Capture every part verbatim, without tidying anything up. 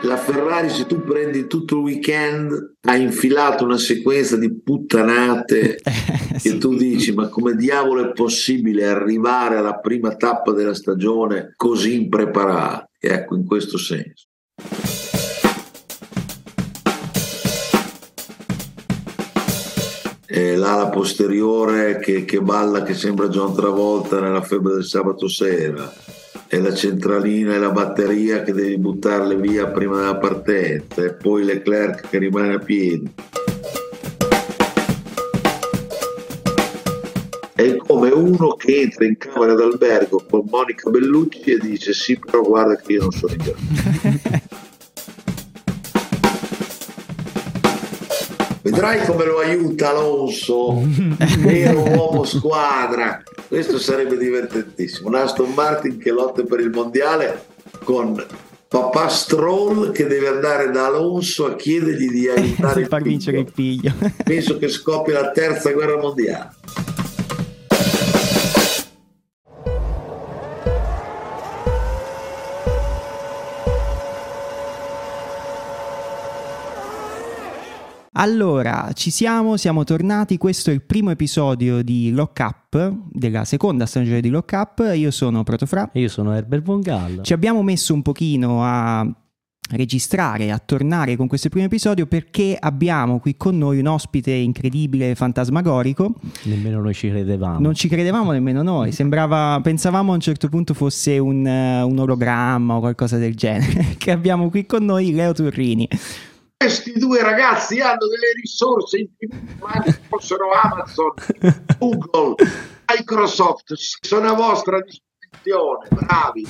la Ferrari, se tu prendi tutto il weekend, ha infilato una sequenza di puttanate che Sì. tu dici, ma come diavolo è possibile arrivare alla prima tappa della stagione così impreparati? Ecco, in questo senso. E l'ala posteriore che, che balla, che sembra John Travolta nella Febbre del sabato sera, e la centralina e la batteria che devi buttarle via prima della partenza, e poi Leclerc che rimane a piedi. È come uno che entra in camera d'albergo con Monica Bellucci e dice: sì, però guarda che io non sono in grado. Vedrai come lo aiuta Alonso, vero uomo squadra. Questo sarebbe divertentissimo. Un Aston Martin che lotta per il mondiale con papà Stroll che deve andare da Alonso a chiedergli di aiutare il far figlio. vincere il figlio. Penso che scoppia la terza guerra mondiale. Allora, ci siamo, siamo tornati, questo è il primo episodio di Lock Up, della seconda stagione di Lock Up. Io sono Protofra. E io sono Herbert Von Gall. Ci abbiamo messo un pochino a registrare, a tornare con questo primo episodio perché abbiamo qui con noi un ospite incredibile, fantasmagorico. Nemmeno noi ci credevamo. Non ci credevamo nemmeno noi, sembrava, pensavamo a un certo punto fosse un, uh, un ologramma o qualcosa del genere. Che abbiamo qui con noi Leo Turrini. Questi due ragazzi hanno delle risorse infinite, ma fossero Amazon, Google, Microsoft, sono a vostra disposizione, bravi.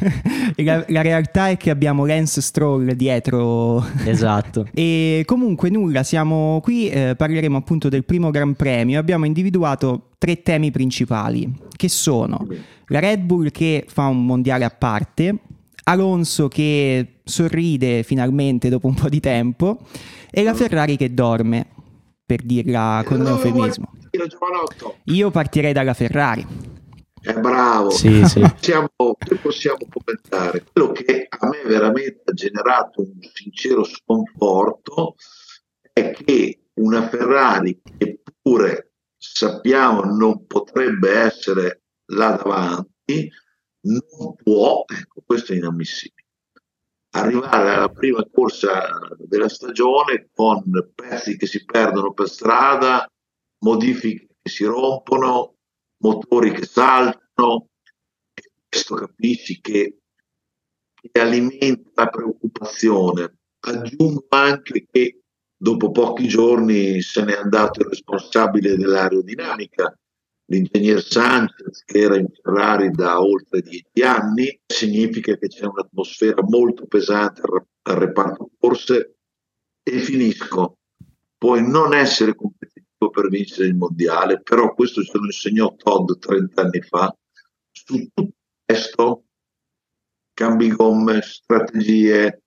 La, la realtà è che abbiamo Lance Stroll dietro. Esatto. E comunque nulla, siamo qui, eh, parleremo appunto del primo Gran Premio. Abbiamo individuato tre temi principali, che sono la Red Bull che fa un mondiale a parte, Alonso che sorride finalmente dopo un po' di tempo e la Ferrari che dorme, per dirla con eufemismo. Io partirei dalla Ferrari. È bravo. Sì, sì. Possiamo, possiamo commentare quello che a me veramente ha generato un sincero sconforto è che una Ferrari che pure sappiamo non potrebbe essere là davanti non può, ecco, questo è inammissibile, arrivare alla prima corsa della stagione con pezzi che si perdono per strada, modifiche che si rompono, motori che saltano. Questo capisci che, che alimenta la preoccupazione. Aggiungo anche che dopo pochi giorni se n'è andato il responsabile dell'aerodinamica, l'ingegner Sanchez, che era in Ferrari da oltre dieci anni. Significa che c'è un'atmosfera molto pesante al, al reparto corse. E finisco. Puoi non essere competitivo per vincere il mondiale, però questo ce lo insegnò Todd trenta anni fa. Su tutto questo, cambi gomme, strategie,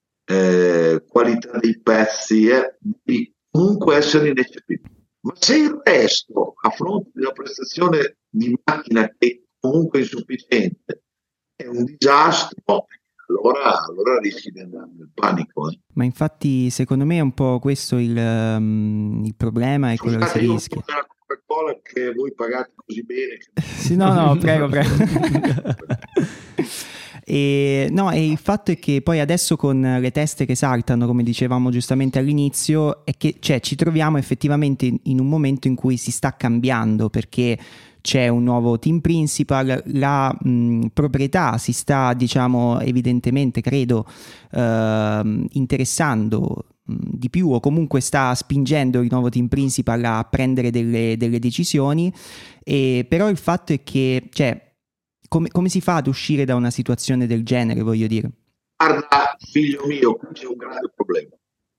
eh, qualità dei pezzi, eh, devi comunque essere ineccepibile. Ma se il resto, a fronte di una prestazione di macchina che comunque è insufficiente, è un disastro, allora, allora rischi di andare nel panico. Eh. Ma infatti secondo me è un po' questo il, um, il problema, è Scusate, quello che si io rischia. Una Coca-Cola che voi pagate così bene. Che... Sì, no, no, prego, prego. E, no, e il fatto è che poi adesso con le teste che saltano, come dicevamo giustamente all'inizio, è che cioè, ci troviamo effettivamente in un momento in cui si sta cambiando, perché c'è un nuovo team principal, la mh, proprietà si sta, diciamo, evidentemente, credo, eh, interessando mh, di più, o comunque sta spingendo il nuovo team principal a prendere delle, delle decisioni. E però il fatto è che, cioè, Come, come si fa ad uscire da una situazione del genere, voglio dire? Guarda, figlio mio, qui c'è un grande problema.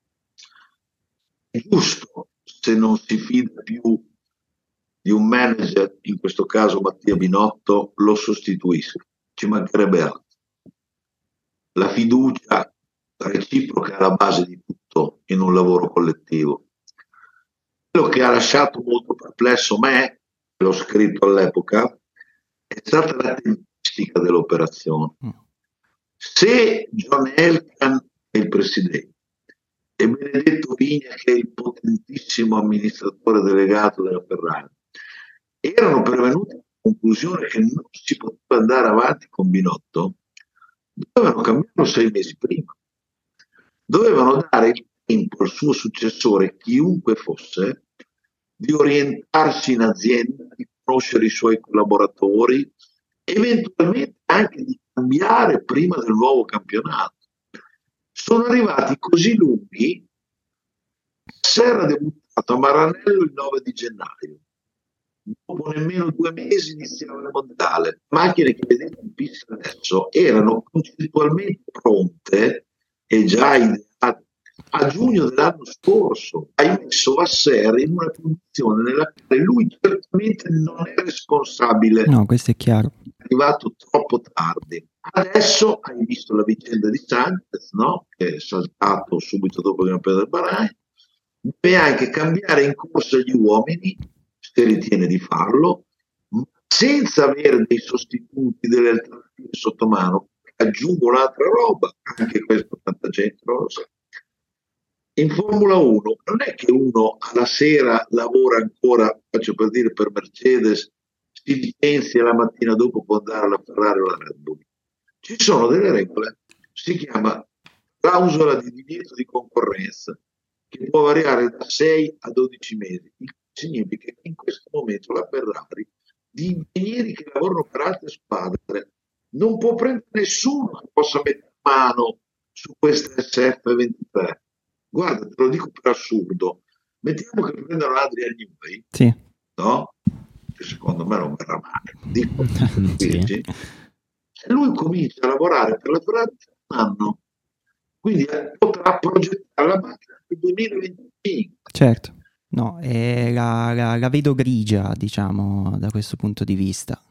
È giusto, se non si fida più di un manager, in questo caso Mattia Binotto, lo sostituisca. Ci mancherebbe altro. La fiducia reciproca è alla base di tutto in un lavoro collettivo. Quello che ha lasciato molto perplesso me, l'ho scritto all'epoca, è stata la tempistica dell'operazione. Se John Elkann è il presidente, e Benedetto Vigna, che è il potentissimo amministratore delegato della Ferrari, erano pervenuti alla conclusione che non si poteva andare avanti con Binotto, dovevano cambiarlo sei mesi prima. Dovevano dare il tempo al suo successore, chiunque fosse, di orientarsi in azienda, di conoscere i suoi collaboratori, eventualmente anche di cambiare prima del nuovo campionato. Sono arrivati così lunghi, si era debuttato a Maranello il nove di gennaio. Dopo nemmeno due mesi iniziava il mondiale. Macchine che vedete in pista adesso erano concettualmente pronte e già ideate a giugno dell'anno scorso. Hai messo Vasser in una condizione nella quale lui certamente non è responsabile. No, questo è chiaro. È arrivato troppo tardi. Adesso hai visto la vicenda di Sanchez, no? Che è saltato subito dopo il campionato del Bahrain. Deve anche cambiare in corsa gli uomini, se ritiene di farlo, senza avere dei sostituti, delle alternative sotto mano. Aggiungo un'altra roba, anche questo tanta gente non lo sa. In Formula uno non è che uno alla sera lavora ancora, faccio per dire, per Mercedes, si licenzia la mattina dopo può andare alla Ferrari o alla Red Bull. Ci sono delle regole, si chiama clausola di divieto di concorrenza, che può variare da sei a dodici mesi. Il che significa che in questo momento la Ferrari, di ingegneri che lavorano per altre squadre, non può prendere nessuno che possa mettere mano su questa S F ventitré. Guarda, te lo dico per assurdo, mettiamo che prendano Adrian Newey, sì. no? Che secondo me non verrà male, dico, sì. E lui comincia a lavorare per la Ferrari un anno, quindi potrà progettare la macchina nel duemilaventicinque. Certo, no, eh, la, la, la vedo grigia, diciamo, da questo punto di vista.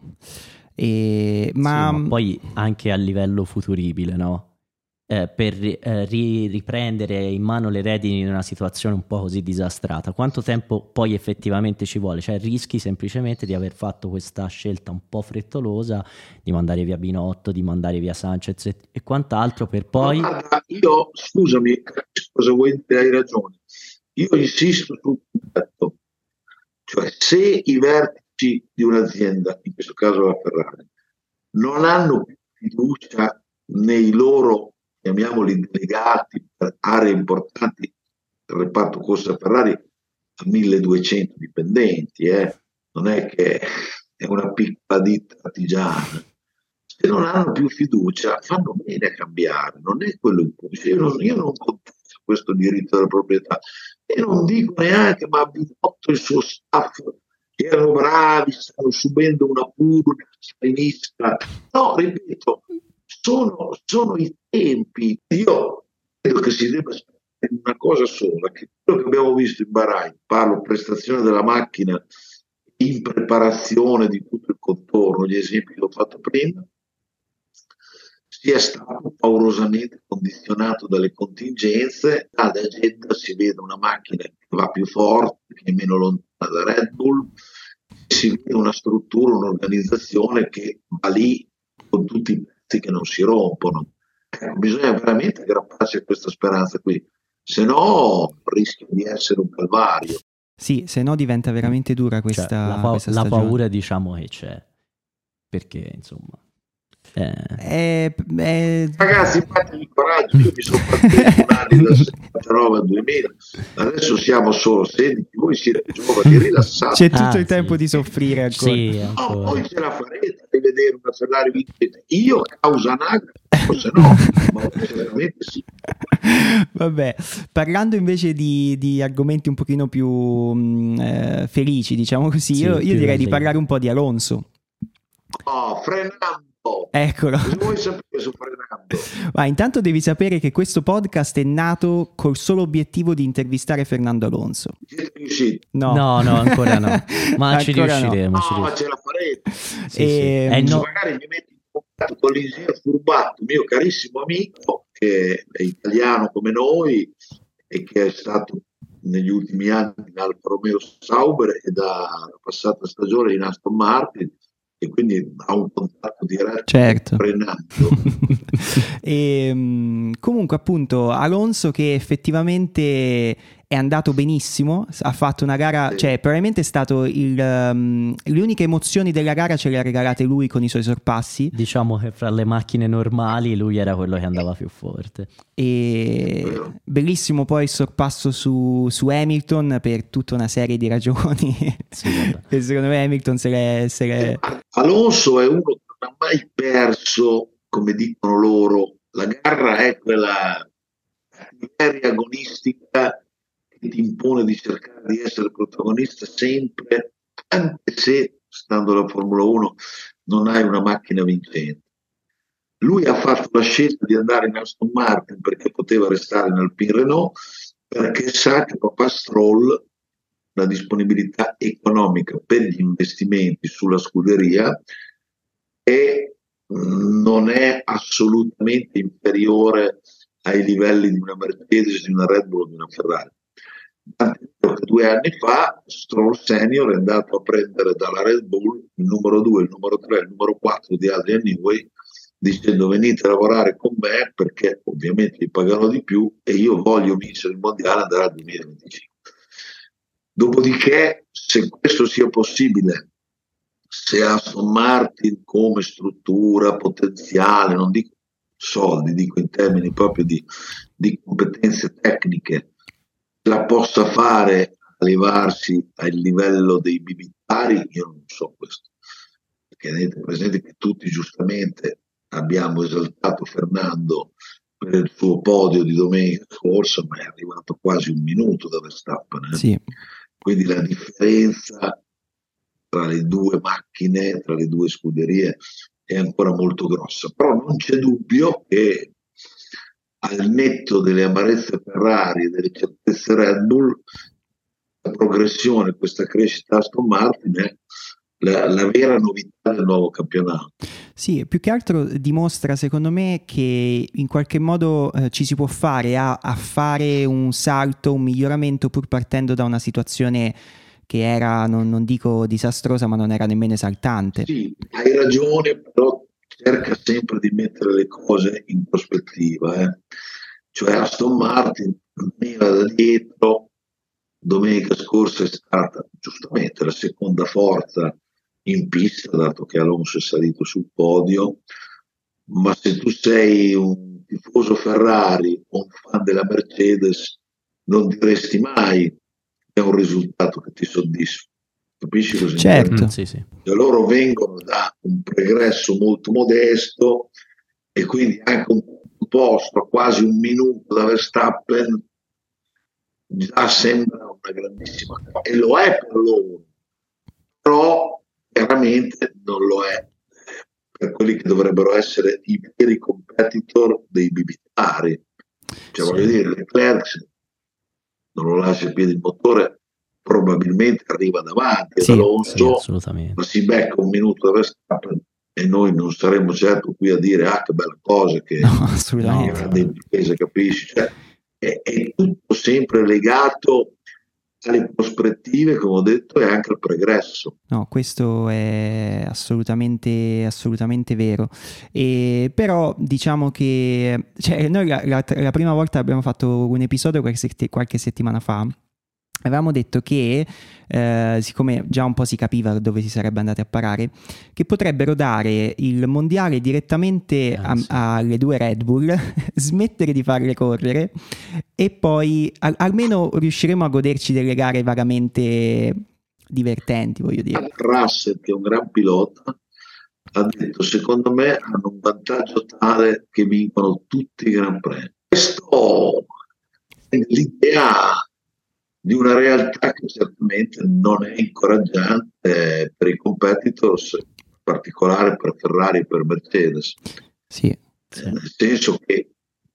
E, ma... Sì, ma poi anche a livello futuribile, no? Eh, per eh, ri- riprendere in mano le redini in una situazione un po' così disastrata, quanto tempo poi effettivamente ci vuole? Cioè rischi semplicemente di aver fatto questa scelta un po' frettolosa di mandare via Binotto, di mandare via Sanchez e, e quant'altro per poi... Guarda, io, scusami, cosa vuoi dire, hai ragione, io insisto sul concetto, cioè se i vertici di un'azienda, in questo caso la Ferrari, non hanno più fiducia nei loro, chiamiamoli delegati per aree importanti, il reparto corsa Ferrari ha milleduecento dipendenti, eh? Non è che è una piccola ditta artigiana. Se non hanno più fiducia, fanno bene a cambiare, non è quello in cui io non, io non contesto questo diritto della proprietà e non dico neanche ma Binotto e il suo staff erano bravi, stanno subendo una purga stalinista. No, ripeto, sono, sono i tempi. Io credo che si debba aspettare una cosa sola, che quello che abbiamo visto in Bahrain, parlo prestazione della macchina in preparazione di tutto il contorno, gli esempi che ho fatto prima, sia stato paurosamente condizionato dalle contingenze. Ad agenda si vede una macchina che va più forte, che è meno lontana da Red Bull, si vede una struttura, un'organizzazione che va lì con tutti i pezzi che non si rompono. Eh, bisogna veramente aggrapparsi a questa speranza qui, se no rischia di essere un calvario. Sì, se no diventa veramente dura questa, cioè, la, pa- questa la stagione. paura, diciamo, che c'è, perché insomma eh... È, è... Ragazzi, fatevi coraggio, io mi sono fatto un anno dal settantanove al duemila, adesso siamo solo sedici, voi siete giovani, rilassati. C'è tutto ah, il tempo sì. di soffrire ancora. Sì, ancora. No, poi ce la farete a rivedere una Ferrari vincente. Io causa nagra, forse no, ma veramente sì. Vabbè, parlando invece di, di argomenti un pochino più mh, eh, felici, diciamo così, Sì, io, io direi rallegri. di parlare un po' di Alonso. Oh, Fernando! Eccolo. Cosa vuoi sapere su Fernando? Ma intanto devi sapere che questo podcast è nato col solo obiettivo di intervistare Fernando Alonso. Siete riusciti? No, no, no, ancora no, ma ci Ancora no. riusciremo. No, ci ma riusciremo. ce la farete. Sì, sì. E- Eh, no. Magari mi metto in contatto con l'ingegner Furbatto, mio carissimo amico, che è italiano come noi e che è stato negli ultimi anni in Alfa Romeo Sauber e da passata stagione in Aston Martin. e quindi ha un contatto diretto certo. con Fernando. E, comunque appunto Alonso, che effettivamente è andato benissimo, ha fatto una gara, Sì. cioè probabilmente è stato il, um, le uniche emozioni della gara ce le ha regalate lui con i suoi sorpassi. Diciamo che fra le macchine normali lui era quello che andava più forte. E bellissimo poi il sorpasso su, su Hamilton per tutta una serie di ragioni. Sì, vabbè. E secondo me Hamilton se l'è, se l'è... Alonso è uno che non ha mai perso, come dicono loro, la gara è quella cattiveria agonistica che ti impone di cercare di essere protagonista sempre, anche se, stando alla Formula uno, non hai una macchina vincente. Lui ha fatto la scelta di andare in Aston Martin perché poteva restare in Alpine Renault, perché sa che papà Stroll la disponibilità economica per gli investimenti sulla scuderia e non è assolutamente inferiore ai livelli di una Mercedes, di una Red Bull o di una Ferrari. Due anni fa Stroll Senior è andato a prendere dalla Red Bull il numero due, il numero tre, il numero quattro di Adrian Newey, dicendo venite a lavorare con me perché ovviamente vi pagano di più e io voglio vincere il mondiale, andare al duemilaventicinque. Dopodiché, se questo sia possibile, se Aston Martin come struttura potenziale, non dico soldi, dico in termini proprio di, di competenze tecniche, la possa fare a levarsi al livello dei bibitari, io non so questo, perché tenete presente che tutti giustamente abbiamo esaltato Fernando per il suo podio di domenica scorsa, ma è arrivato quasi un minuto da Verstappen, eh? Sì. Quindi la differenza tra le due macchine, tra le due scuderie è ancora molto grossa, però non c'è dubbio che al netto delle amarezze Ferrari e delle certezze Red Bull, la progressione, questa crescita Aston Martin è la, la vera novità del nuovo campionato. Sì, più che altro dimostra secondo me che in qualche modo eh, ci si può fare a, a fare un salto, un miglioramento pur partendo da una situazione che era, non, non dico disastrosa, ma non era nemmeno esaltante. Sì, hai ragione, però cerca sempre di mettere le cose in prospettiva. Eh. Cioè Aston Martin veniva da dietro, domenica scorsa è stata giustamente la seconda forza in pista, dato che Alonso è salito sul podio, ma se tu sei un tifoso Ferrari o un fan della Mercedes non diresti mai che è un risultato che ti soddisfa. Capisci cosa certo. intendo? Mm, sì, sì. E loro vengono da un pregresso molto modesto e quindi anche un posto a quasi un minuto da Verstappen già sembra una grandissima cosa, e lo è per loro, però chiaramente non lo è per quelli che dovrebbero essere i veri competitor dei bibitari. Cioè, Sì. voglio dire, Leclerc non lo lascia in piedi il motore, probabilmente arriva davanti Sì, ad Alonso, sì, assolutamente. ma si becca un minuto da Verstappen e noi non saremo certo qui a dire ah che bella cosa, che no, assolutamente. grande impresa, capisci? Cioè, è, è tutto sempre legato alle prospettive, come ho detto, e anche al pregresso. No, questo è assolutamente, assolutamente vero. E però diciamo che cioè, noi la, la, la prima volta abbiamo fatto un episodio qualche, sett- qualche settimana fa. Avevamo detto che, eh, siccome già un po' si capiva dove si sarebbe andati a parare, che potrebbero dare il mondiale direttamente Ah, a, sì. alle due Red Bull, smettere di farle correre e poi al, almeno riusciremo a goderci delle gare vagamente divertenti, voglio dire. Russell, che è un gran pilota, ha detto secondo me hanno un vantaggio tale che vincono tutti i Gran Premi. Questo è l'idea di una realtà che certamente non è incoraggiante per i competitors, in particolare per Ferrari e per Mercedes. Sì, sì. Nel senso che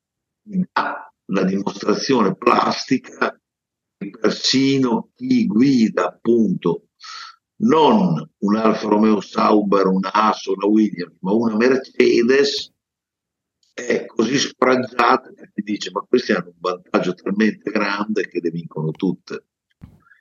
dà la dimostrazione plastica che persino chi guida appunto non un Alfa Romeo Sauber, una Haas, una Williams, ma una Mercedes è così scoraggiata che ti dice ma questi hanno un vantaggio talmente grande che le vincono tutte.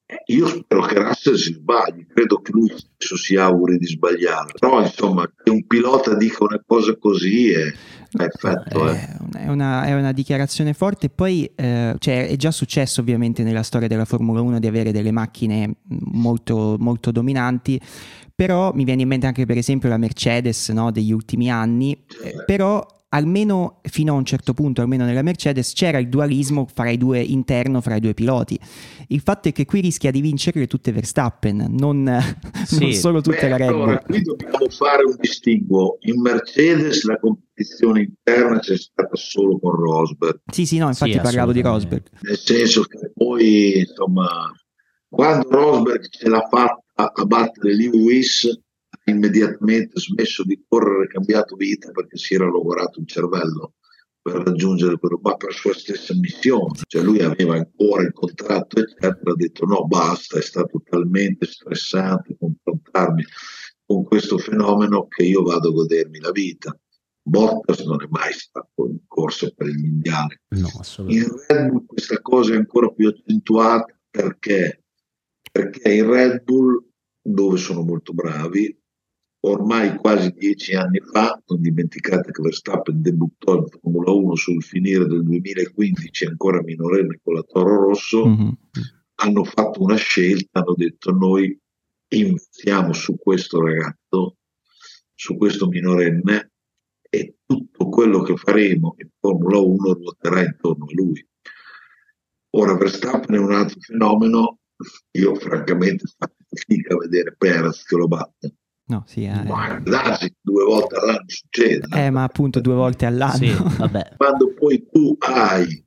Io spero che Russell si sbagli, credo che lui stesso si auguri di sbagliare, però insomma che un pilota dica una cosa così è, è effetto. È, Eh. è, una, è una dichiarazione forte. Poi eh, cioè, è già successo ovviamente nella storia della Formula uno di avere delle macchine molto, molto dominanti, però mi viene in mente anche per esempio la Mercedes, no, degli ultimi anni, eh, però almeno fino a un certo punto, almeno nella Mercedes, c'era il dualismo fra i due, interno fra i due piloti. Il fatto è che qui rischia di vincere tutte Verstappen, non, sì. non solo tutte Beh, la Red Bull. Allora, qui dobbiamo fare un distinguo. In Mercedes la competizione interna c'è stata solo con Rosberg. Sì, sì, no, infatti sì, parlavo di Rosberg. Nel senso che poi, insomma, quando Rosberg ce l'ha fatta a battere Lewis, immediatamente smesso di correre, cambiato vita perché si era logorato il cervello per raggiungere quello, ma per sua stessa missione, cioè lui aveva ancora il contratto eccetera, ha detto no basta, è stato talmente stressante confrontarmi con questo fenomeno che io vado a godermi la vita. Bottas non è mai stato in corsa per il mondiale. No, in Red Bull questa cosa è ancora più accentuata perché perché in Red Bull, dove sono molto bravi, ormai quasi dieci anni fa, non dimenticate che Verstappen debuttò in Formula uno sul finire del duemilaquindici, ancora minorenne con la Toro Rosso, mm-hmm. hanno fatto una scelta, hanno detto noi investiamo su questo ragazzo, su questo minorenne, e tutto quello che faremo in Formula uno ruoterà intorno a lui. Ora Verstappen è un altro fenomeno, io francamente faccio fatica a vedere Perez che lo batte. No, sì, eh. Ma darsi due volte all'anno succede. Eh, no? Ma appunto due volte all'anno. Sì, vabbè. Quando poi tu hai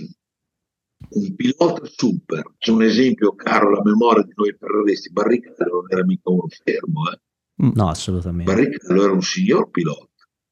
un pilota super, c'è un esempio caro alla memoria di noi ferraristi, Barrichello non era mica uno fermo. Eh? No, assolutamente. Barrichello era un signor pilota,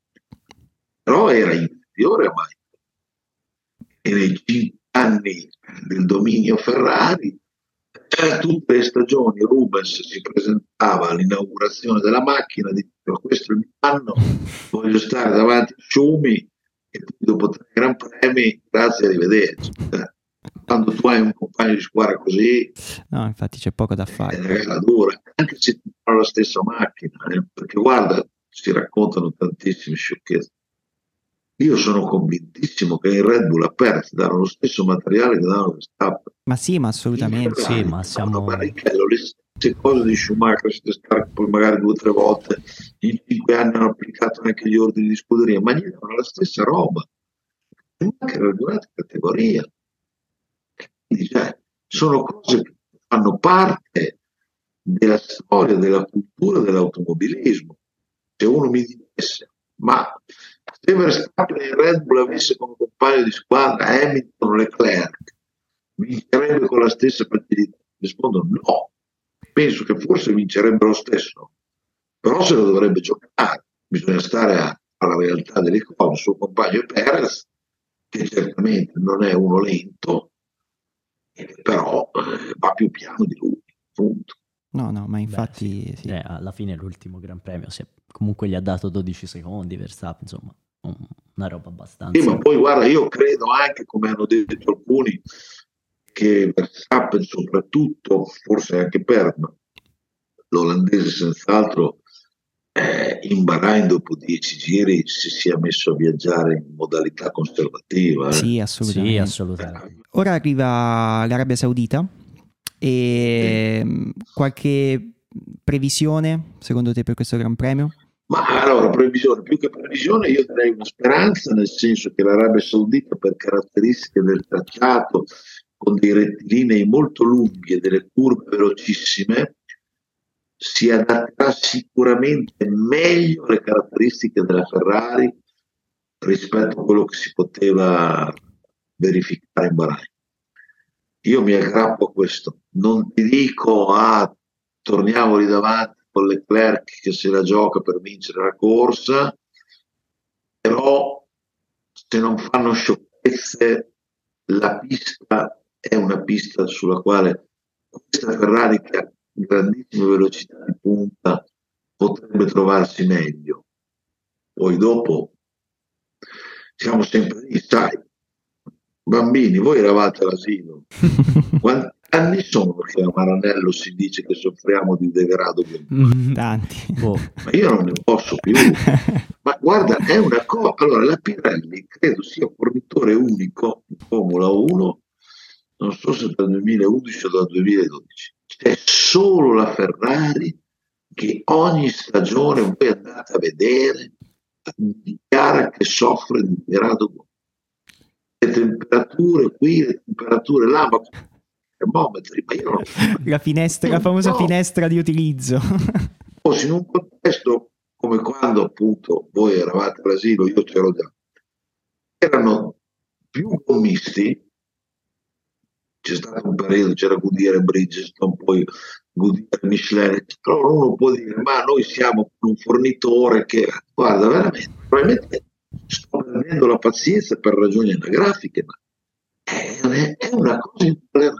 però era inferiore a Michael. E nei cinque anni del dominio Ferrari, tutte le stagioni Rubens si presentava all'inaugurazione della macchina, diceva questo è il mio anno, voglio stare davanti a Schumi e dopo tre gran premi grazie, arrivederci. Quando tu hai un compagno di squadra così, no, infatti c'è poco da fare, è una gara dura, anche se ti fanno la stessa macchina, eh? Perché guarda, si raccontano tantissime sciocchezze. Io sono convintissimo che in Red Bull a Perez danno lo stesso materiale che danno Verstappen. Ma sì, ma assolutamente. Sì, ma siamo... Barrichello, le stesse cose di Schumacher, siete stati poi magari due o tre volte, in cinque anni hanno applicato anche gli ordini di scuderia, ma gli danno la stessa roba. Schumacher era di un'altra categoria. Quindi, cioè, sono cose che fanno parte della storia, della cultura dell'automobilismo. Se uno mi dicesse, ma se Verstappen e Red Bull avesse come compagno di squadra Hamilton o Leclerc, vincerebbe con la stessa facilità? Rispondo no, penso che forse vincerebbe lo stesso, però se lo dovrebbe giocare, bisogna stare a, alla realtà delle cose. Il suo compagno è Perez, che certamente non è uno lento, però eh, va più piano di lui, punto. No, no, ma infatti Beh, sì. Sì. Eh, alla fine l'ultimo Gran Premio se comunque gli ha dato dodici secondi Verstappen, insomma, una roba abbastanza. Sì, ma poi guarda, io credo anche, come hanno detto alcuni, che Verstappen soprattutto, forse anche per l'olandese senz'altro, eh, in Bahrain dopo dieci giri si sia messo a viaggiare in modalità conservativa. Eh. Sì, assolutamente. Sì, assolutamente. Ora arriva l'Arabia Saudita e sì. Qualche previsione secondo te per questo Gran Premio? Ma allora, previsione, più che previsione io darei una speranza, nel senso che l'Arabia Saudita, per caratteristiche del tracciato, con dei rettilinei molto lunghi e delle curve velocissime, si adatterà sicuramente meglio alle caratteristiche della Ferrari rispetto a quello che si poteva verificare in Bahrain. Io mi aggrappo a questo, non ti dico ah, torniamo lì davanti con Leclerc che se la gioca per vincere la corsa, però se non fanno sciocchezze la pista è una pista sulla quale questa Ferrari, che ha grandissime velocità di punta, potrebbe trovarsi meglio. Poi dopo siamo sempre lì, sai, bambini, voi eravate all'asilo, quanti anni sono che a Maranello si dice che soffriamo di degrado globale? Tanti. Oh, ma io non ne posso più. Ma guarda, è una cosa. Allora, la Pirelli credo sia fornitore unico in Formula uno, non so se dal duemilaundici o dal duemiladodici. C'è solo la Ferrari che ogni stagione, voi andate a vedere, dichiara che soffre di degrado globale. Le temperature qui, le temperature là, ma termometri, ma io non... la finestra, la famosa no. finestra di utilizzo. In un contesto come quando appunto voi eravate all'asilo, io c'ero già, erano più gommisti, c'è stato un periodo, c'era Goodyear e Bridgestone, poi Goodyear e Michelin, però uno può dire, ma noi siamo un fornitore che, guarda, veramente, probabilmente sto perdendo la pazienza per ragioni anagrafiche, ma è, è una cosa intollerabile.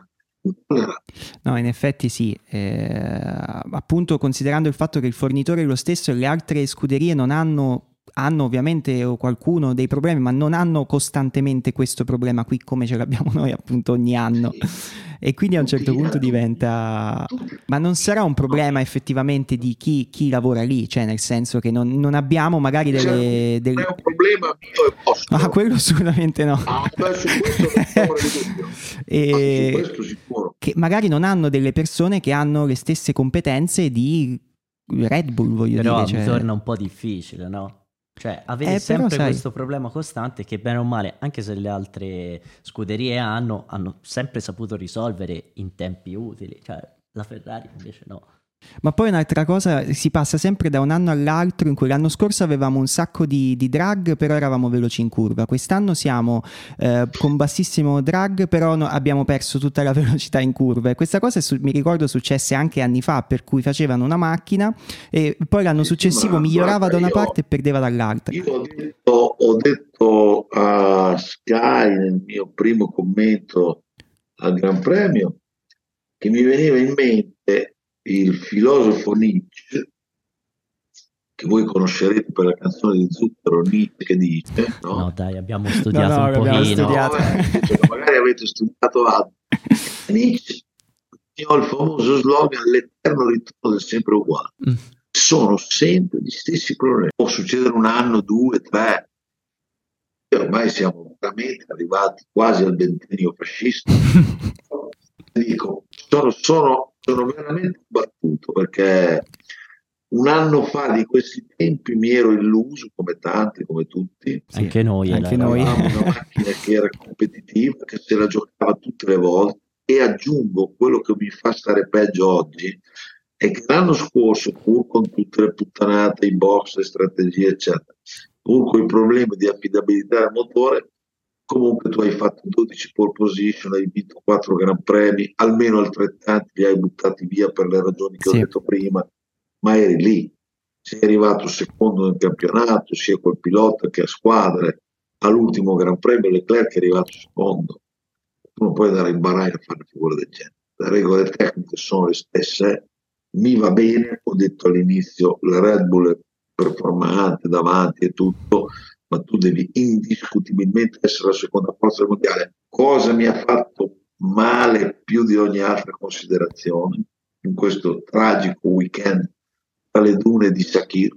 No, in effetti sì, eh, appunto considerando il fatto che il fornitore è lo stesso e le altre scuderie non hanno, hanno ovviamente o qualcuno dei problemi, ma non hanno costantemente questo problema qui come ce l'abbiamo noi appunto ogni anno. Sì. E quindi a un certo punto diventa... Ma non sarà un problema effettivamente di chi, chi lavora lì, cioè nel senso che non, non abbiamo magari delle... delle... Non è un problema mio e vostro. Ah, quello assolutamente no. Ah, beh, su questo non dubbio. E... Ah, su questo sicuro. Che magari non hanno delle persone che hanno le stesse competenze di Red Bull, voglio però dire. Però mi cioè... torna un po' difficile, no? Cioè, avete eh, sempre però, questo problema costante che bene o male, anche se le altre scuderie hanno, hanno sempre saputo risolvere in tempi utili. Cioè, la Ferrari invece no. Ma poi un'altra cosa, si passa sempre da un anno all'altro, in cui l'anno scorso avevamo un sacco di, di drag, però eravamo veloci in curva. Quest'anno siamo eh, con bassissimo drag, però no, abbiamo perso tutta la velocità in curva. E questa cosa su, mi ricordo successe anche anni fa, per cui facevano una macchina e poi l'anno sì, successivo migliorava da una io, parte e perdeva dall'altra. Io ho detto, ho detto a Sky nel mio primo commento al Gran Premio che mi veniva in mente il filosofo Nietzsche, che voi conoscerete per la canzone di Zucchero, Nietzsche, che dice, no? No dai, abbiamo studiato no, no, un pochino. Studiato. No, vabbè, magari avete studiato altro. Nietzsche ha il famoso slogan, l'eterno ritorno del sempre uguale. Mm. Sono sempre gli stessi problemi. Può succedere un anno, due, tre. E ormai siamo veramente arrivati quasi al ventennio fascista. Dico, sono, sono, sono veramente battuto perché un anno fa di questi tempi mi ero illuso, come tanti, come tutti. Sì, anche noi. Anche noi. Una macchina che era competitiva, che se la giocava tutte le volte. E aggiungo, quello che mi fa stare peggio oggi è che l'anno scorso, pur con tutte le puttanate, i box, le strategie, eccetera, pur con i problemi di affidabilità del motore, comunque tu hai fatto dodici pole position, hai vinto quattro gran premi, almeno altrettanti li hai buttati via per le ragioni che sì. ho detto prima, ma eri lì, sei arrivato secondo nel campionato, sia col pilota che a squadre, all'ultimo gran premio Leclerc è arrivato secondo, tu non puoi andare in Bahrain a fare una figura del genere, le regole tecniche sono le stesse, mi va bene, ho detto all'inizio, la Red Bull è performante davanti e tutto, ma tu devi indiscutibilmente essere la seconda forza del mondiale. Cosa mi ha fatto male più di ogni altra considerazione in questo tragico weekend alle dune di Sakhir?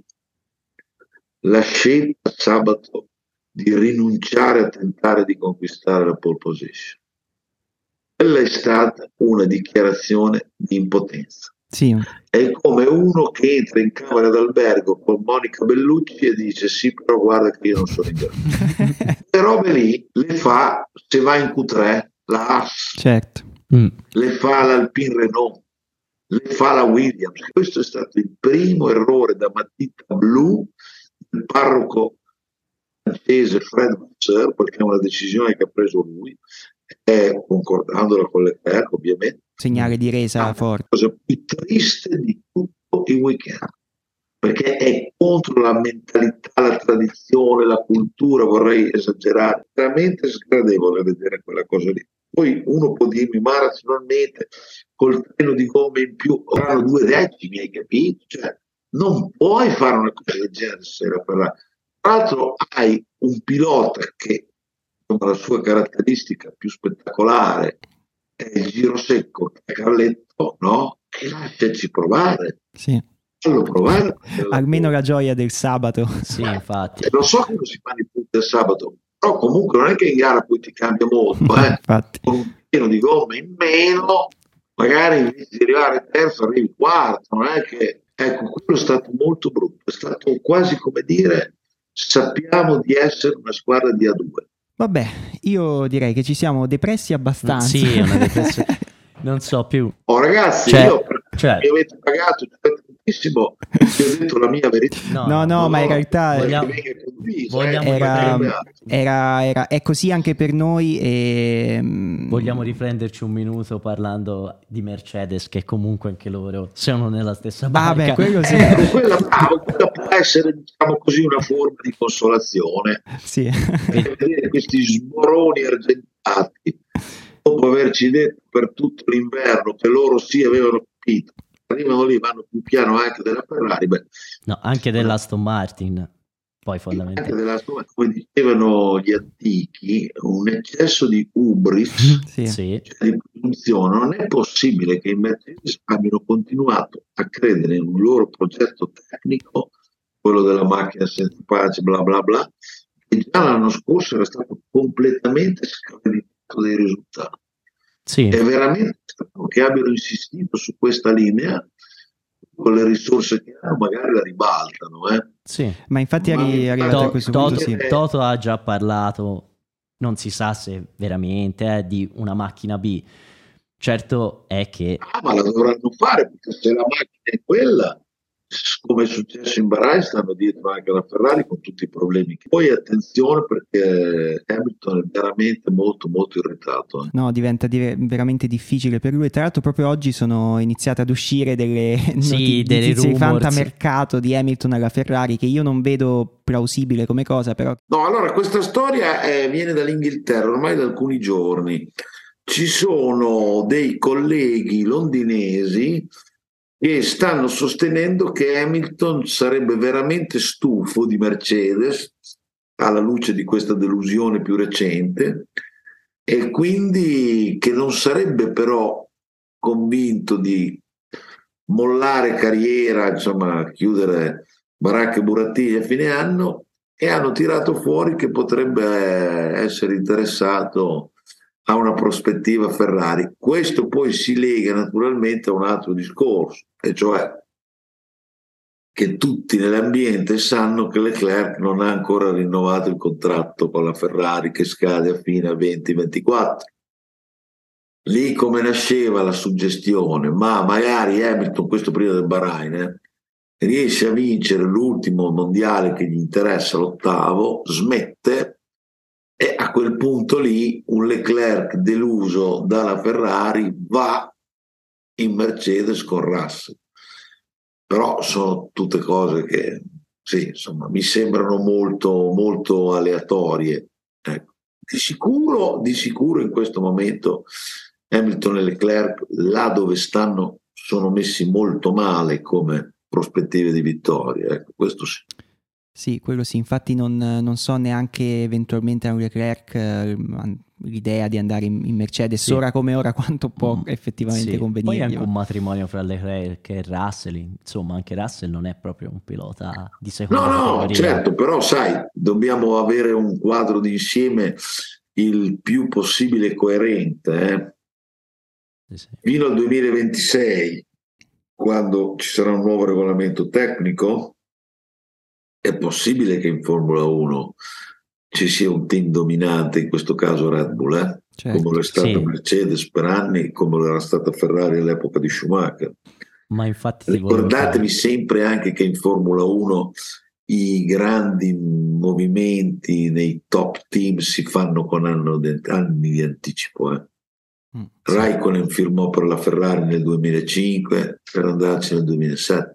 La scelta sabato di rinunciare a tentare di conquistare la pole position. Quella è stata una dichiarazione di impotenza. Sì. È come uno che entra in camera d'albergo con Monica Bellucci e dice sì, però guarda che io non sono in grado. Le robe lì le fa se va in Q tre la Haas, certo. mm. le fa l'Alpine Renault, le fa la Williams. Questo è stato il primo errore da matita blu del parroco francese Fred Vasseur, perché è una decisione che ha preso lui, eh, concordandola con Leclerc ovviamente. Segnale di resa la forte. La cosa più triste di tutto il weekend, perché è contro la mentalità, la tradizione, la cultura, vorrei esagerare, veramente sgradevole vedere quella cosa lì. Poi uno può dirmi, ma razionalmente col treno di gomme in più avranno due decimi, hai capito? Cioè, non puoi fare una cosa del genere sera per la... Tra l'altro hai un pilota che, insomma, la sua caratteristica più spettacolare è il giro secco, è Carletto, no? E lasciaci provare. Sì. Fallo provare. Almeno la gioia del sabato. Sì, infatti. Lo so che non si fanno i punti del sabato, però comunque non è che in gara poi ti cambia molto, eh? Infatti. Con un pieno di gomme in meno, magari invece di arrivare terzo arrivi quarto, non è che, ecco, quello è stato molto brutto, è stato quasi come dire sappiamo di essere una squadra di A due. Vabbè, io direi che ci siamo depressi abbastanza. Sì, è una depressione. Non so più. Oh ragazzi, Cioè, io cioè- mi avete pagato tantissimo, vi ho detto la mia verità. No, no, ma in realtà vogliamo- Perché mica è condiviso, vogliamo eh, era, sarebbe altro. era, era- è così anche per noi e mm, Vogliamo riprenderci un minuto parlando di Mercedes, che comunque anche loro sono nella stessa barca. vabbè, quello sì. Ecco, quella, bravo, quella può essere, diciamo così, una forma di consolazione. Sì. E vedere questi sboroni argentati, dopo averci detto per tutto l'inverno che loro sì avevano capito, arrivano lì, vanno più piano anche della Ferrari, beh, No, anche dell'Aston Martin, poi anche fondamentalmente. della, come dicevano gli antichi, un eccesso di hubris, Sì. Sì, cioè di presunzione. Non è possibile che i Mercedes abbiano continuato a credere in un loro progetto tecnico, quello della macchina senza pace, bla bla bla, che già l'anno scorso era stato completamente screditato dai risultati. sì, È veramente strano che abbiano insistito su questa linea, con le risorse che hanno, magari la ribaltano. Eh. sì. Ma infatti Ma arri- mi arrivati pare- a questo Toto, punto sì. Toto ha già parlato, non si sa se veramente, eh, di una macchina B. Certo è che Ah, ma la dovranno fare, perché se la macchina è quella, come è successo in Bahrain, stanno dietro anche la Ferrari con tutti i problemi. Poi attenzione, perché Hamilton è veramente molto molto irritato. eh. No, diventa dire- veramente difficile per lui. Tra l'altro, proprio oggi sono iniziate ad uscire delle Sì, delle notizie di rumors. fantamercato di Hamilton alla Ferrari, che io non vedo plausibile come cosa, però No, allora questa storia eh, viene dall'Inghilterra ormai da alcuni giorni. Ci sono dei colleghi londinesi che stanno sostenendo che Hamilton sarebbe veramente stufo di Mercedes alla luce di questa delusione più recente e quindi che non sarebbe però convinto di mollare carriera, insomma chiudere baracche e burattini a fine anno, e hanno tirato fuori che potrebbe essere interessato a una prospettiva Ferrari. Questo poi si lega naturalmente a un altro discorso, e cioè che tutti nell'ambiente sanno che Leclerc non ha ancora rinnovato il contratto con la Ferrari, che scade a fine venti ventiquattro. Lì come nasceva la suggestione, ma magari Hamilton, questo prima del Bahrain, eh, riesce a vincere l'ultimo mondiale che gli interessa, l'ottavo, smette, e a quel punto lì un Leclerc deluso dalla Ferrari va in Mercedes con Russell. Però sono tutte cose che sì, insomma, mi sembrano molto, molto aleatorie. Ecco. Di sicuro, di sicuro in questo momento Hamilton e Leclerc, là dove stanno, sono messi molto male come prospettive di vittoria. Ecco, questo sì. sì, quello sì. Infatti non, non so neanche eventualmente a un Leclerc eh, l'idea di andare in, in Mercedes, Sì. ora come ora, quanto può Mm, effettivamente sì. convenirgli. Poi anche ma- un matrimonio fra Leclerc e Russell, insomma anche Russell non è proprio un pilota di seconda No, no, categoria. certo, però sai, dobbiamo avere un quadro d'insieme il più possibile coerente. Eh? Sì, sì. Fino al duemilaventisei, quando ci sarà un nuovo regolamento tecnico, è possibile che in Formula uno ci sia un team dominante, in questo caso Red Bull, eh? Certo. come lo è stata Sì. Mercedes per anni, come lo era stata Ferrari all'epoca di Schumacher. Ma infatti ti volevo Ricordatevi chiedere- sempre anche che in Formula uno i grandi movimenti nei top team si fanno con anni di anticipo. Eh. Mm. Raikkonen firmò per la Ferrari nel duemilacinque per andarci nel duemilasette.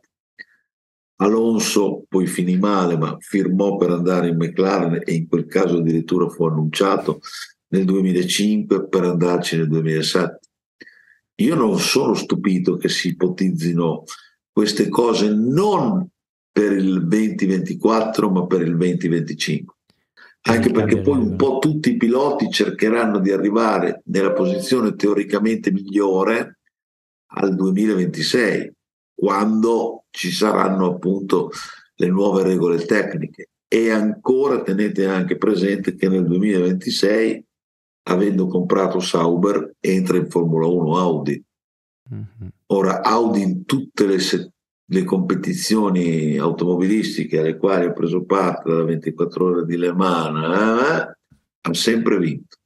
Alonso poi finì male, ma firmò per andare in McLaren e in quel caso addirittura fu annunciato nel duemilacinque per andarci nel duemilasette. Io non sono stupito che si ipotizzino queste cose non per il venti ventiquattro ma per il venti venticinque, anche perché poi un po' tutti i piloti cercheranno di arrivare nella posizione teoricamente migliore al duemilaventisei, quando ci saranno appunto le nuove regole tecniche. E ancora tenete anche presente che nel duemilaventisei, avendo comprato Sauber, entra in Formula uno Audi. Mm-hmm. Ora Audi in tutte le, se- le competizioni automobilistiche alle quali ha preso parte dalla ventiquattro ore di Le Mans eh, ha sempre vinto.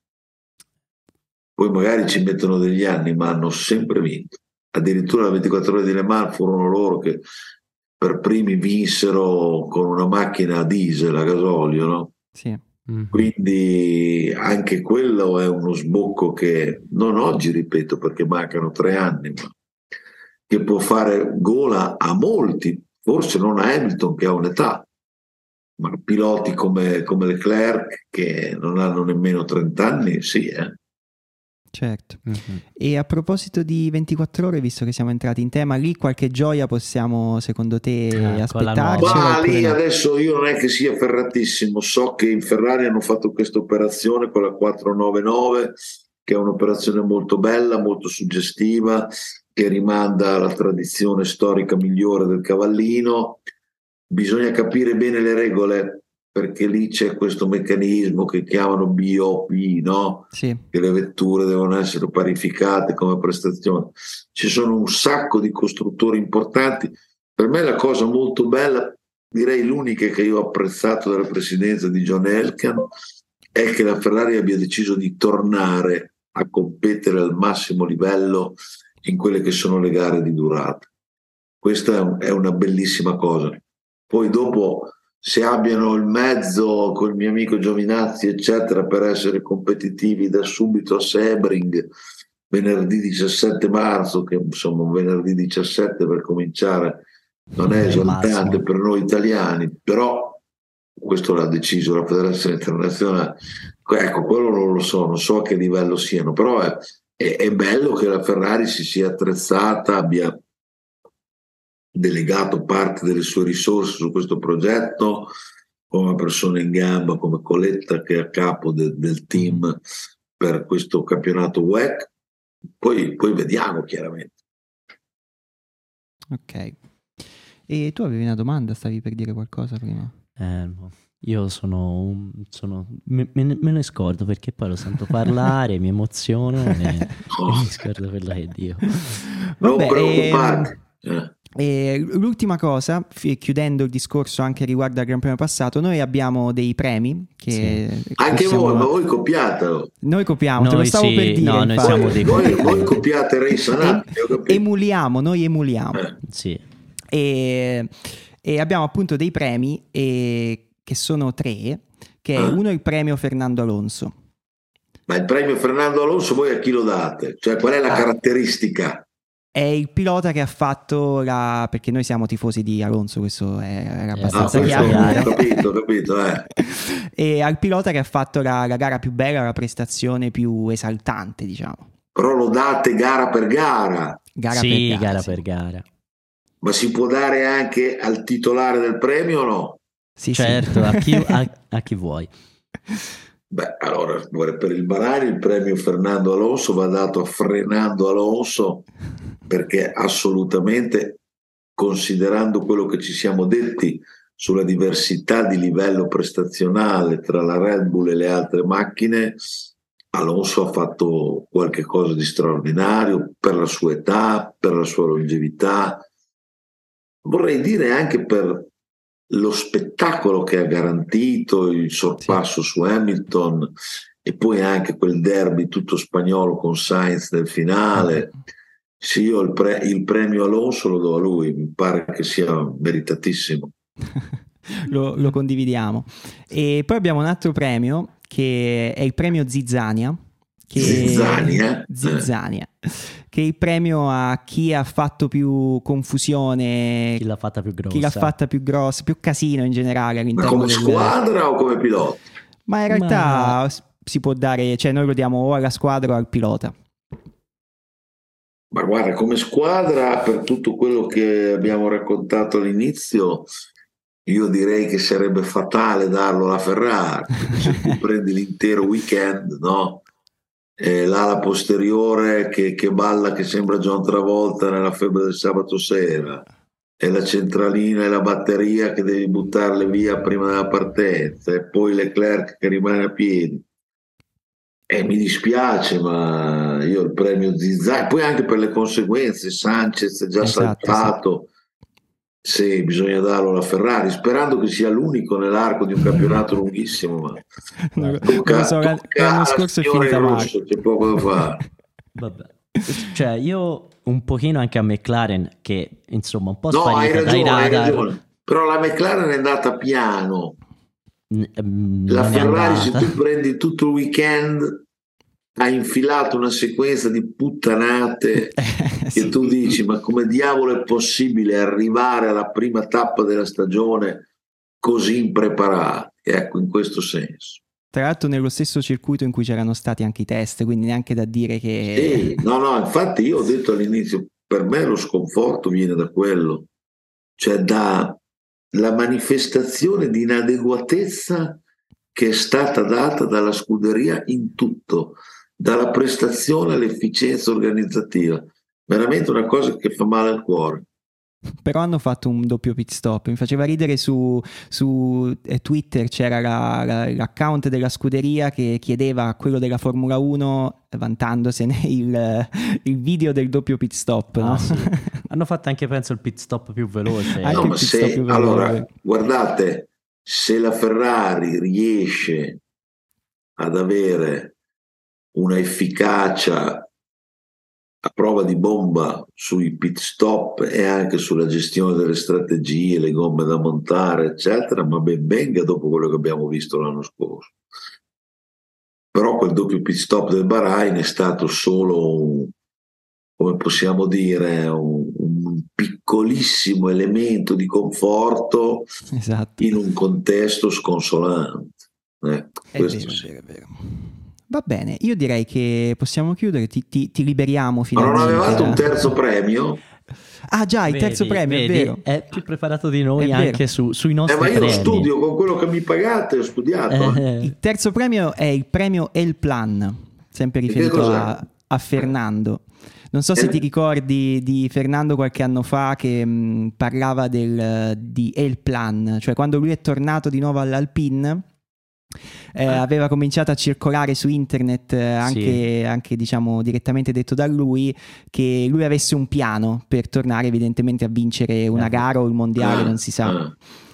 Poi magari ci mettono degli anni, ma hanno sempre vinto. Addirittura le ventiquattro ore di Le Mans furono loro che per primi vinsero con una macchina a diesel, a gasolio, no? Sì. Mm-hmm. Quindi anche quello è uno sbocco che non oggi, ripeto, perché mancano tre anni, ma che può fare gola a molti, forse non a Hamilton che ha un'età, ma piloti come, come Leclerc che non hanno nemmeno trenta anni, sì, eh. Certo. Mm-hmm. E a proposito di ventiquattro ore, visto che siamo entrati in tema, lì qualche gioia possiamo secondo te eh, aspettarci? Ma lì no? Adesso io non è che sia ferratissimo, so che in Ferrari hanno fatto questa operazione con la quattrocentonovantanove, che è un'operazione molto bella, molto suggestiva, che rimanda alla tradizione storica migliore del cavallino. Bisogna capire bene le regole, perché lì c'è questo meccanismo che chiamano B O P, no? Sì. Che le vetture devono essere parificate come prestazione. Ci sono un sacco di costruttori importanti. Per me la cosa molto bella, direi l'unica che io ho apprezzato dalla presidenza di John Elkann, è che la Ferrari abbia deciso di tornare a competere al massimo livello in quelle che sono le gare di durata. Questa è una bellissima cosa. Poi dopo, se abbiano il mezzo con il mio amico Giovinazzi eccetera per essere competitivi da subito a Sebring venerdì diciassette marzo, che insomma un venerdì diciassette per cominciare non è esaltante per noi italiani, però questo l'ha deciso la Federazione Internazionale, ecco, quello non lo so, non so a che livello siano, però è, è, è bello che la Ferrari si sia attrezzata, abbia delegato parte delle sue risorse su questo progetto, come persona in gamba come Coletta che è a capo de, del team per questo campionato W E C. Poi, poi vediamo chiaramente. Ok. E tu avevi una domanda, stavi per dire qualcosa prima? Eh, no. Io sono, un, sono me, me, me ne scordo perché poi lo sento parlare, mi emoziono e, oh. e mi scordo quello che dico. Non preoccupate. Ehm... E l'ultima cosa, chiudendo il discorso anche riguardo al Gran Premio passato, noi abbiamo dei premi che sì. Anche possiamo... voi, ma voi copiatelo. Noi copiamo, noi te lo stavo sì, per dire. No, noi siamo dei voi, voi copiate Ray Sanatti, emuliamo, noi emuliamo. Eh. Sì. E, e abbiamo appunto dei premi e, che sono tre, che è eh. uno il premio Fernando Alonso. Ma il premio Fernando Alonso voi a chi lo date? Cioè qual è la ah. caratteristica? È il pilota che ha fatto la... perché noi siamo tifosi di Alonso, questo è, era abbastanza ah, chiaro. Ho capito, ho capito. Eh. E al pilota che ha fatto la, la gara più bella, la prestazione più esaltante, diciamo. Però lo date gara per gara. Gara sì, per gara, gara sì. per gara. Ma si può dare anche al titolare del premio o no? Sì, certo, sì. A, chi, a, a chi vuoi. Beh, allora per il Barani il premio Fernando Alonso va dato a Frenando Alonso, perché assolutamente, considerando quello che ci siamo detti sulla diversità di livello prestazionale tra la Red Bull e le altre macchine, Alonso ha fatto qualche cosa di straordinario per la sua età, per la sua longevità, vorrei dire anche per lo spettacolo che ha garantito, il sorpasso sì. su Hamilton e poi anche quel derby tutto spagnolo con Sainz nel finale. Mm. Sì, io il, pre- il premio Alonso lo do a lui, mi pare che sia meritatissimo. lo, lo condividiamo. E poi abbiamo un altro premio che è il premio Zizzania. Che... Zizzania? Zizzania. Eh. Che è il premio a chi ha fatto più confusione, chi l'ha fatta più grossa, chi l'ha fatta più grossa, più casino in generale all'interno. Ma come del... squadra o come pilota? Ma in realtà Ma... si può dare, cioè noi lo diamo o alla squadra o al pilota. Ma guarda, come squadra, per tutto quello che abbiamo raccontato all'inizio, io direi che sarebbe fatale darlo alla Ferrari, perché se tu prendi l'intero weekend, no? E l'ala posteriore che, che balla, che sembra John Travolta nella febbre del sabato sera, e la centralina e la batteria che devi buttarle via prima della partenza, e poi Leclerc che rimane a piedi. E mi dispiace, ma io il premio Zizà, e poi anche per le conseguenze, Sanchez è già Esatto, saltato. Sì, bisogna darlo alla Ferrari, sperando che sia l'unico nell'arco di un campionato lunghissimo, ma Non lo- tocca, non lo so, l'an- tocca l'anno alla scorso è signora finita in male. rosso, c'è poco da fare. Vabbè. Cioè, io un pochino anche a McLaren, che insomma un po' No, hai sparita dai ragione, hai radar. ragione. Però la McLaren è andata piano. N- mm, La non è Ferrari, se andata. tu prendi tutto il weekend, ha infilato una sequenza di puttanate Eh, che sì. tu dici, ma come diavolo è possibile arrivare alla prima tappa della stagione così impreparati? Ecco, in questo senso. Tra l'altro nello stesso circuito in cui c'erano stati anche i test, quindi neanche da dire che... Sì, no, no, infatti io ho detto all'inizio, per me lo sconforto viene da quello, cioè da la manifestazione di inadeguatezza che è stata data dalla scuderia in tutto, dalla prestazione all'efficienza organizzativa. Veramente una cosa che fa male al cuore. Però hanno fatto un doppio pit stop. Mi faceva ridere su, su eh, Twitter, c'era la- la- l'account della scuderia che chiedeva a quello della Formula uno, vantandosene, il, il video del doppio pit stop. Ah, No? sì. Hanno fatto anche, penso, il pit stop più veloce. Anche No, il ma pit stop se, più veloce. allora, guardate, se la Ferrari riesce ad avere una efficacia a prova di bomba sui pit stop e anche sulla gestione delle strategie, le gomme da montare, eccetera, ma ben venga dopo quello che abbiamo visto l'anno scorso. Però quel doppio pit stop del Bahrain è stato solo un, come possiamo dire, un, un piccolissimo elemento di conforto Esatto. in un contesto sconsolante. Ecco, È questo vero, è sì. vero, è vero. Va bene, io direi che possiamo chiudere, ti, ti- ti liberiamo Ma non finalmente. avevate un da- terzo premio? Ah già, il terzo Vedi, premio, vedi, è vero. è più preparato di noi È anche vero. su- sui Eh, nostri ma io premi. studio con quello che mi pagate, ho studiato. eh. Eh, Il terzo premio è il premio El Plan, sempre E che riferito cos'è? a, a Fernando. Non so se Eh? ti ricordi di Fernando qualche anno fa che mh, parlava del, di El Plan, cioè quando lui è tornato di nuovo all'Alpine. Eh, Ah. aveva cominciato a circolare su internet eh, anche, anche diciamo direttamente detto da lui che lui avesse un piano per tornare evidentemente a vincere una Eh. gara o il mondiale, Ah, non si sa. ah.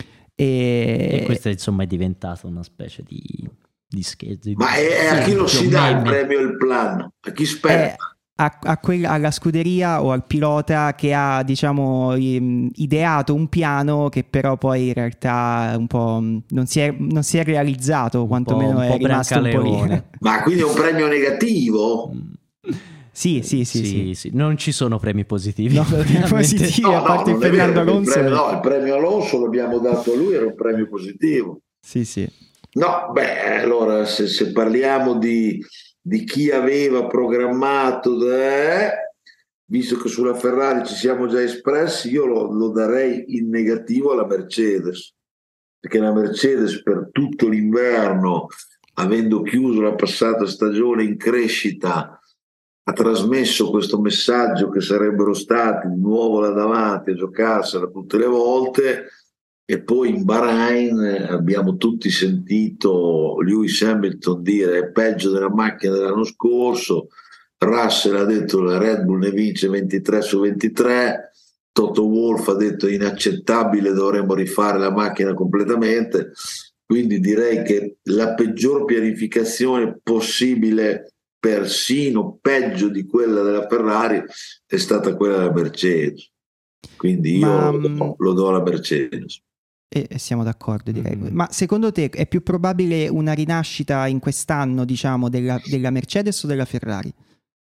E, e questo insomma è diventato una specie di, di scherzo. di- Ma è, è a sì, chi lo più si o dà il meme. premio il plan? A chi è spetta? a, a quella- alla scuderia o al pilota che ha diciamo i- ideato un piano che però poi in realtà un po' mh, non si è, non si è realizzato, Un quantomeno po'- un è po' rimasto un po' lì. Brancaleone. Ma quindi è un premio negativo? Mm. Sì, sì, sì, sì. sì. Non ci sono premi positivi. No, praticamente. positivi. Sì, a parte non è Fernando vero, il Alonso. premio, no, il premio Alonso l'abbiamo dato a lui, era un premio positivo. Sì, sì. No, beh, allora se, se parliamo di, di chi aveva programmato, eh, visto che sulla Ferrari ci siamo già espressi, io lo, lo darei in negativo alla Mercedes, perché la Mercedes per tutto l'inverno, avendo chiuso la passata stagione in crescita, ha trasmesso questo messaggio che sarebbero stati di nuovo là davanti a giocarsela tutte le volte, e poi in Bahrain abbiamo tutti sentito Lewis Hamilton dire è peggio della macchina dell'anno scorso, Russell ha detto la Red Bull ne vince ventitré su ventitré, Toto Wolff ha detto inaccettabile, dovremmo rifare la macchina completamente, quindi direi che la peggior pianificazione possibile, persino peggio di quella della Ferrari, è stata quella della Mercedes, quindi io Ma, lo do, lo do alla Mercedes. E siamo d'accordo, direi. Mm. Ma secondo te è più probabile una rinascita in quest'anno, diciamo, della, della Mercedes o della Ferrari?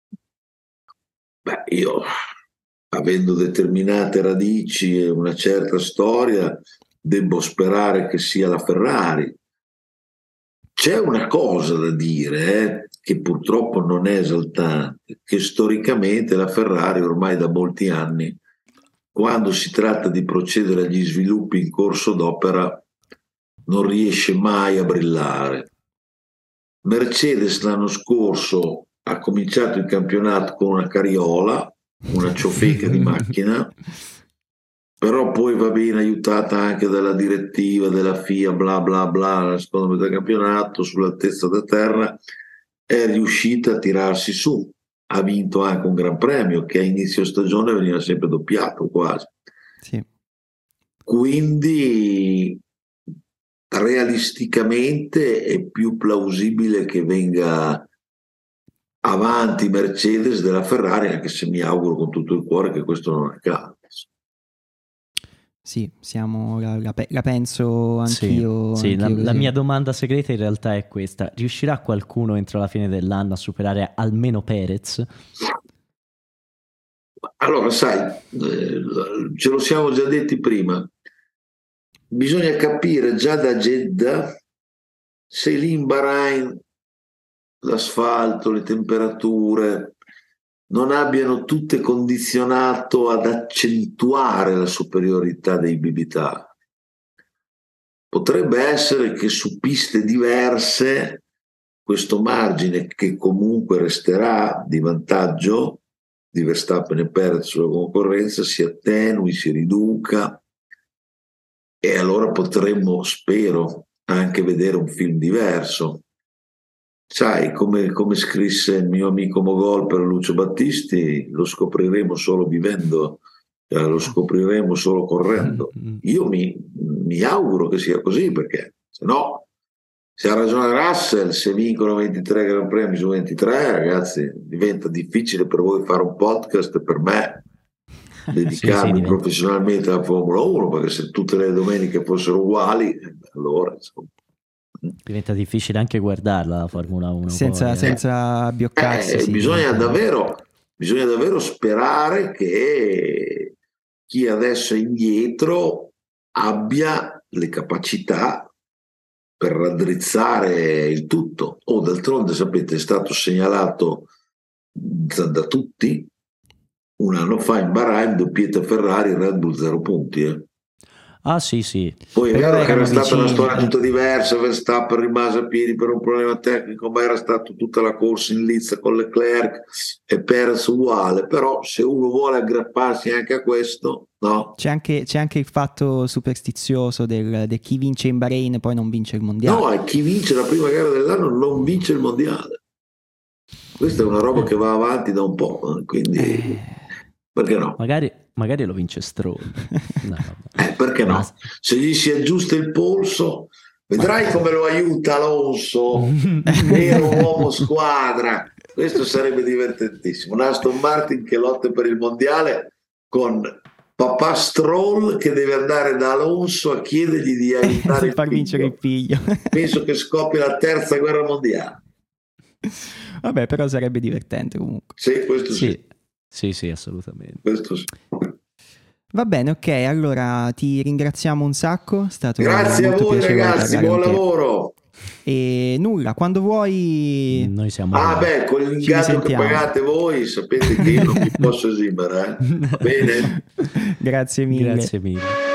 Beh, io, avendo determinate radici e una certa storia, devo sperare che sia la Ferrari. C'è una cosa da dire, eh, che purtroppo non è esaltante, che storicamente la Ferrari ormai da molti anni quando si tratta di procedere agli sviluppi in corso d'opera non riesce mai a brillare. Mercedes l'anno scorso ha cominciato il campionato con una carriola, una ciofeca di macchina, però poi va bene aiutata anche dalla direttiva della F I A, bla bla bla, la seconda metà del campionato, sull'altezza da terra, è riuscita a tirarsi su. Ha vinto anche un gran premio che a inizio stagione veniva sempre doppiato quasi. Sì. Quindi realisticamente è più plausibile che venga avanti Mercedes della Ferrari, anche se mi auguro con tutto il cuore che questo non accada. Sì, siamo, la, la, la penso anch'io. Sì, sì, anch'io la, la mia domanda segreta in realtà è questa: riuscirà qualcuno entro la fine dell'anno a superare almeno Perez? Allora, sai, eh, ce lo siamo già detti prima, bisogna capire già da Jeddah se lì in Bahrain l'asfalto, le temperature non abbiano tutte condizionato ad accentuare la superiorità dei bibitari. Potrebbe essere che su piste diverse questo margine, che comunque resterà di vantaggio di Verstappen e Perez sulla concorrenza, si attenui, si riduca, e allora potremmo, spero, anche vedere un film diverso. Sai, come, come scrisse il mio amico Mogol per Lucio Battisti, lo scopriremo solo vivendo, eh, lo scopriremo solo correndo. Io mi, mi auguro che sia così, perché se no, se ha ragione Russell, se vincono ventitré Gran Premi su ventitré, ragazzi, diventa difficile per voi fare un podcast e per me dedicarmi sì, sì, professionalmente alla Formula uno, perché se tutte le domeniche fossero uguali, allora insomma. Diventa difficile anche guardarla la Formula uno senza, poi, senza eh. bioccarsi. Eh, sì, bisogna, diventa... davvero, bisogna davvero sperare che chi adesso è indietro abbia le capacità per raddrizzare il tutto. O oh, d'altronde, sapete, è stato segnalato da, da tutti un anno fa in Bahrain, doppietta Ferrari, Red Bull zero punti. Eh. Ah sì sì. Poi è Però vero che era stata vicini, una storia eh. tutta diversa, Verstappen rimase a piedi per un problema tecnico, ma era stata tutta la corsa in lizza con Leclerc e Perez uguale. Però se uno vuole aggrapparsi anche a questo, no? C'è anche, c'è anche il fatto superstizioso del, del chi vince in Bahrain poi non vince il mondiale. No, e chi vince la prima gara dell'anno non vince il mondiale. Questa è una roba che va avanti da un po', quindi Eh. perché no? Magari, magari lo vince Stroll. No, eh, perché no? Ma... se gli si aggiusta il polso, vedrai come lo aiuta Alonso, vero uomo squadra. Questo sarebbe divertentissimo. Un Aston Martin che lotta per il mondiale con papà Stroll che deve andare da Alonso a chiedergli di aiutare il far figlio. vincere il figlio. Penso che scoppia la terza guerra mondiale. Vabbè, però sarebbe divertente comunque. Sì, questo sì. Sì, sì, sì, assolutamente. Questo sì. Va bene, ok, allora ti ringraziamo un sacco. È stato Grazie a voi ragazzi, buon lavoro. E nulla, quando vuoi noi siamo ah là. Beh, con l'ingaggio che pagate voi sapete che io non mi posso esimere, eh? Va bene? Grazie mille. Grazie mille.